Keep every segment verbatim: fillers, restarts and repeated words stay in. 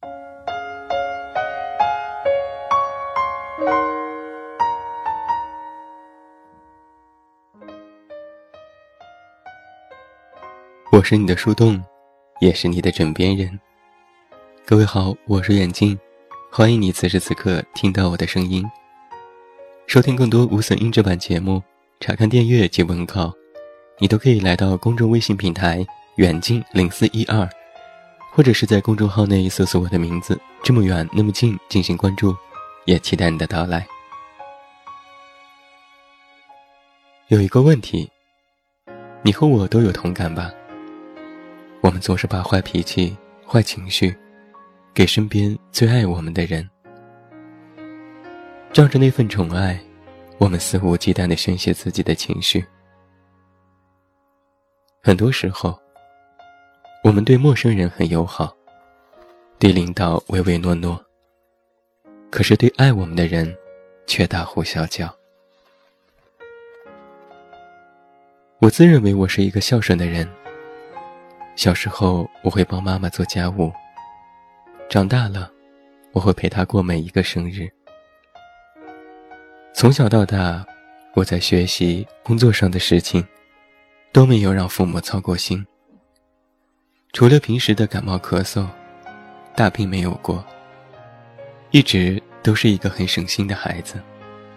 我是你的树洞，也是你的枕边人。各位好，我是远近，欢迎你此时此刻听到我的声音。收听更多无损音质版节目，查看电阅及文稿，你都可以来到公众微信平台远近零四一二，或者是在公众号内搜索我的名字这么远那么近进行关注，也期待你的到来。有一个问题，你和我都有同感吧？我们总是把坏脾气、坏情绪给身边最爱我们的人，仗着那份宠爱，我们肆无忌惮地宣泄自己的情绪。很多时候，我们对陌生人很友好，对领导唯唯诺诺，可是对爱我们的人却大呼小叫。我自认为我是一个孝顺的人，小时候我会帮妈妈做家务，长大了我会陪她过每一个生日。从小到大，我在学习工作上的事情都没有让父母操过心，除了平时的感冒咳嗽，大病没有过，一直都是一个很省心的孩子。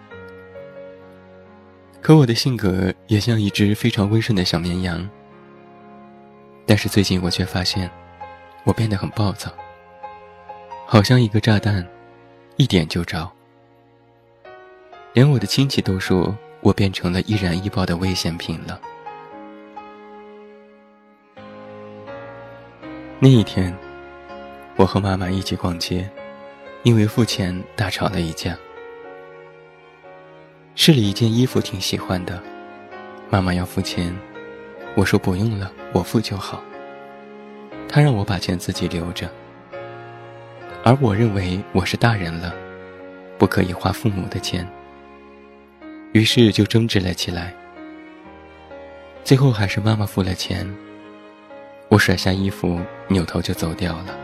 可我的性格也像一只非常温顺的小绵羊，但是最近我却发现我变得很暴躁，好像一个炸弹，一点就着。连我的亲戚都说我变成了易燃易爆的危险品了。那一天，我和妈妈一起逛街，因为付钱大吵了一架。试了一件衣服挺喜欢的，妈妈要付钱，我说不用了，我付就好。她让我把钱自己留着，而我认为我是大人了，不可以花父母的钱，于是就争执了起来。最后还是妈妈付了钱，我甩下衣服扭头就走掉了。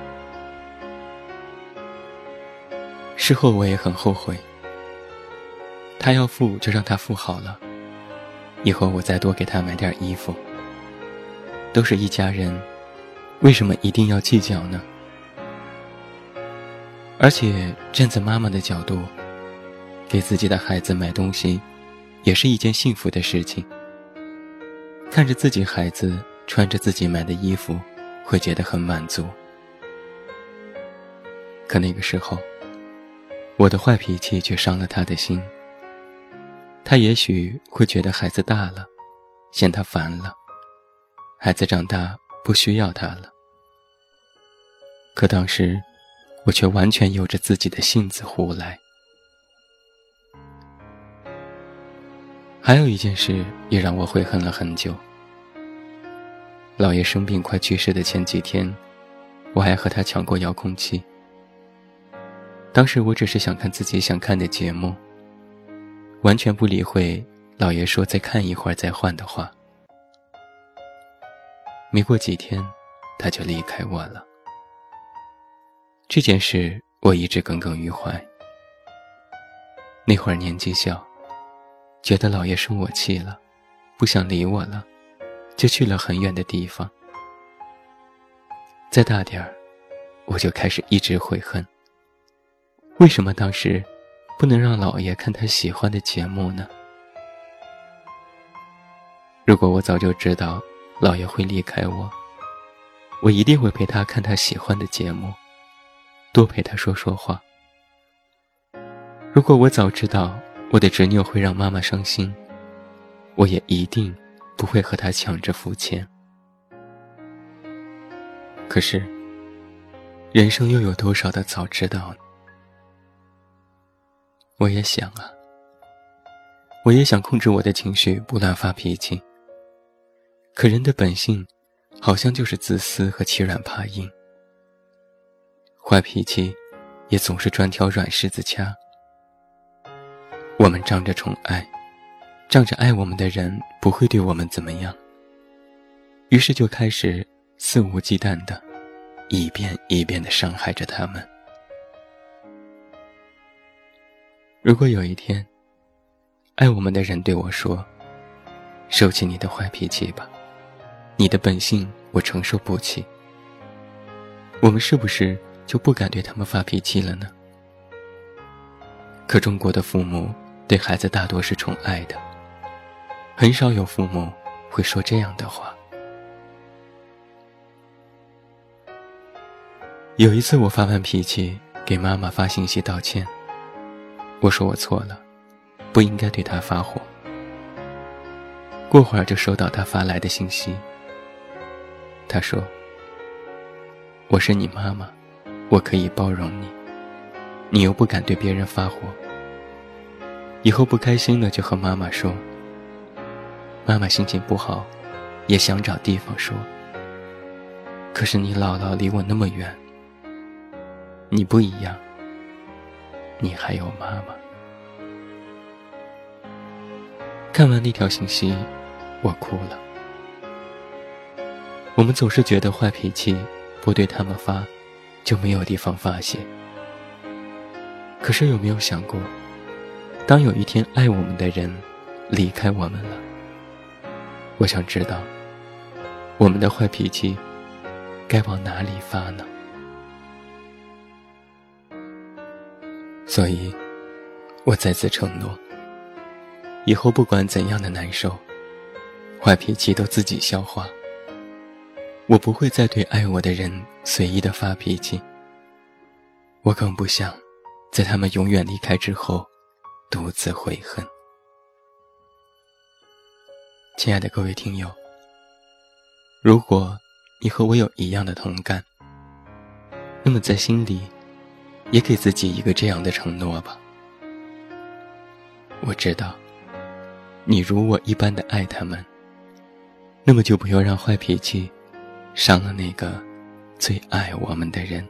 事后我也很后悔，她要付就让她付好了，以后我再多给她买点衣服。都是一家人，为什么一定要计较呢？而且站在妈妈的角度，给自己的孩子买东西也是一件幸福的事情。看着自己孩子穿着自己买的衣服，会觉得很满足。可那个时候，我的坏脾气却伤了他的心。他也许会觉得孩子大了，嫌他烦了，孩子长大不需要他了。可当时我却完全由着自己的性子胡来。还有一件事也让我悔恨了很久。姥爷生病快去世的前几天，我还和他抢过遥控器。当时我只是想看自己想看的节目，完全不理会姥爷说再看一会儿再换的话。没过几天，他就离开我了。这件事我一直耿耿于怀。那会儿年纪小，觉得姥爷生我气了，不想理我了，就去了很远的地方。再大点儿，我就开始一直悔恨，为什么当时不能让姥爷看他喜欢的节目呢？如果我早就知道姥爷会离开我，我一定会陪他看他喜欢的节目，多陪他说说话。如果我早知道我的执拗会让妈妈伤心，我也一定不会和他抢着付钱。可是人生又有多少的早知道呢？我也想啊，我也想控制我的情绪，不乱发脾气。可人的本性好像就是自私和欺软怕硬，坏脾气也总是专挑软柿子掐。我们仗着宠爱，仗着爱我们的人不会对我们怎么样，于是就开始肆无忌惮的一遍一遍地伤害着他们。如果有一天，爱我们的人对我说，收起你的坏脾气吧，你的本性我承受不起，我们是不是就不敢对他们发脾气了呢？可中国的父母对孩子大多是宠爱的，很少有父母会说这样的话。有一次我发完脾气，给妈妈发信息道歉，我说我错了，不应该对她发火。过会儿就收到她发来的信息，她说，我是你妈妈，我可以包容你，你又不敢对别人发火，以后不开心了就和妈妈说，妈妈心情不好，也想找地方说，可是你姥姥离我那么远，你不一样，你还有妈妈。看完那条信息，我哭了。我们总是觉得坏脾气不对他们发，就没有地方发泄。可是有没有想过，当有一天爱我们的人离开我们了，我想知道，我们的坏脾气该往哪里发呢？所以，我再次承诺，以后不管怎样的难受，坏脾气都自己消化。我不会再对爱我的人随意的发脾气，我更不想在他们永远离开之后独自悔恨。亲爱的各位听友，如果你和我有一样的同感，那么在心里也给自己一个这样的承诺吧。我知道你如我一般的爱他们，那么就不要让坏脾气伤了那个最爱我们的人。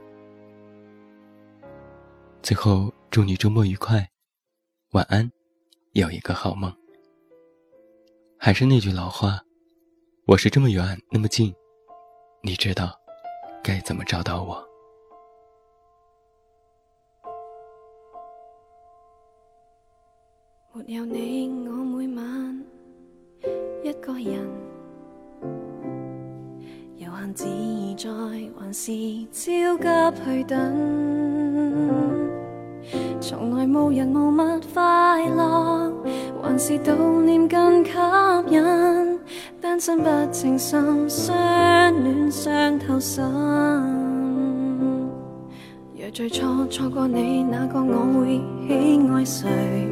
最后祝你周末愉快，晚安，有一个好梦。还是那句老话，我是这么远那么近，你知道该怎么找到我。 沒有你，我每晚一個人，悠閒自在，還是焦急去等。從來無人無物快樂，還是悼念更吸引。單身不稱心，相戀傷透心。若最初錯過你，那個我會喜愛誰？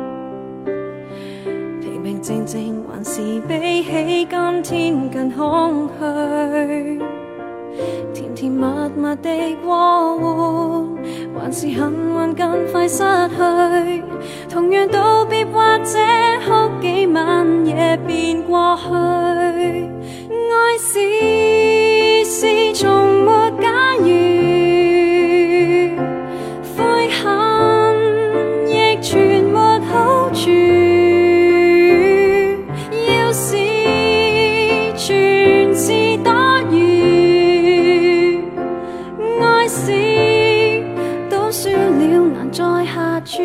平平靜靜，還是比起今天更空虛。甜甜蜜蜜的過活，還是幸運更快失去。同樣道別或者哭幾晚夜便過去。愛是是從沒假如，悔恨亦全沒好處。要是全是多餘，愛是都輸了難再下注。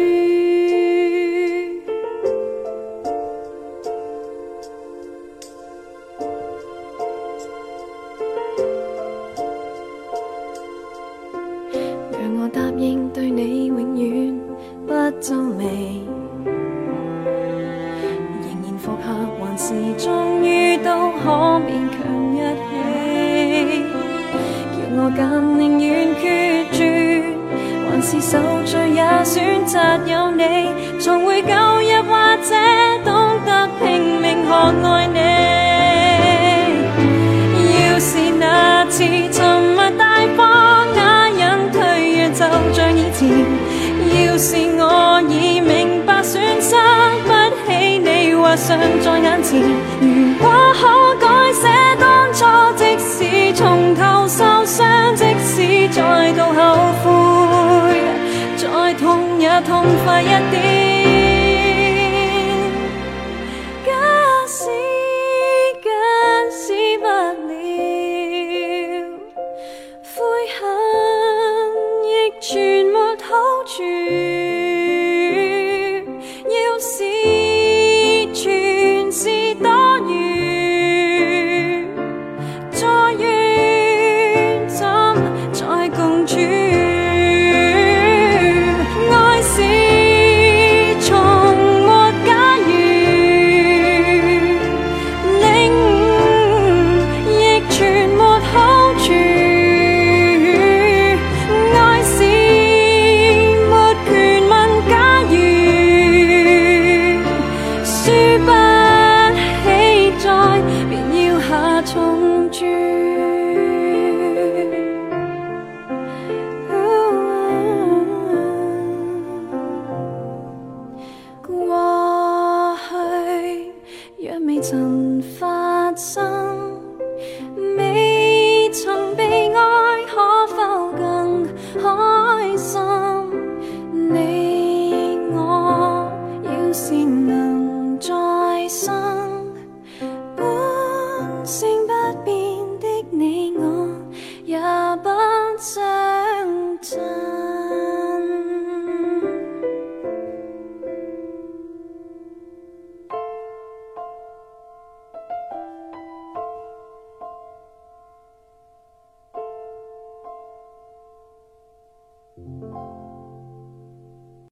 讓我答應對你永遠不皺眉，仍然復合還是終於都可勉強一起。叫我更寧願決絕，還是受罪也選擇有你，重回舊日或者懂得拼命學愛你。要是那次沉默大方啞忍退讓就像以前，要是我已明白損失不起你畫上在眼前，如果可改寫當初，即使從頭受傷，即使再度後悔，再痛也痛快一點。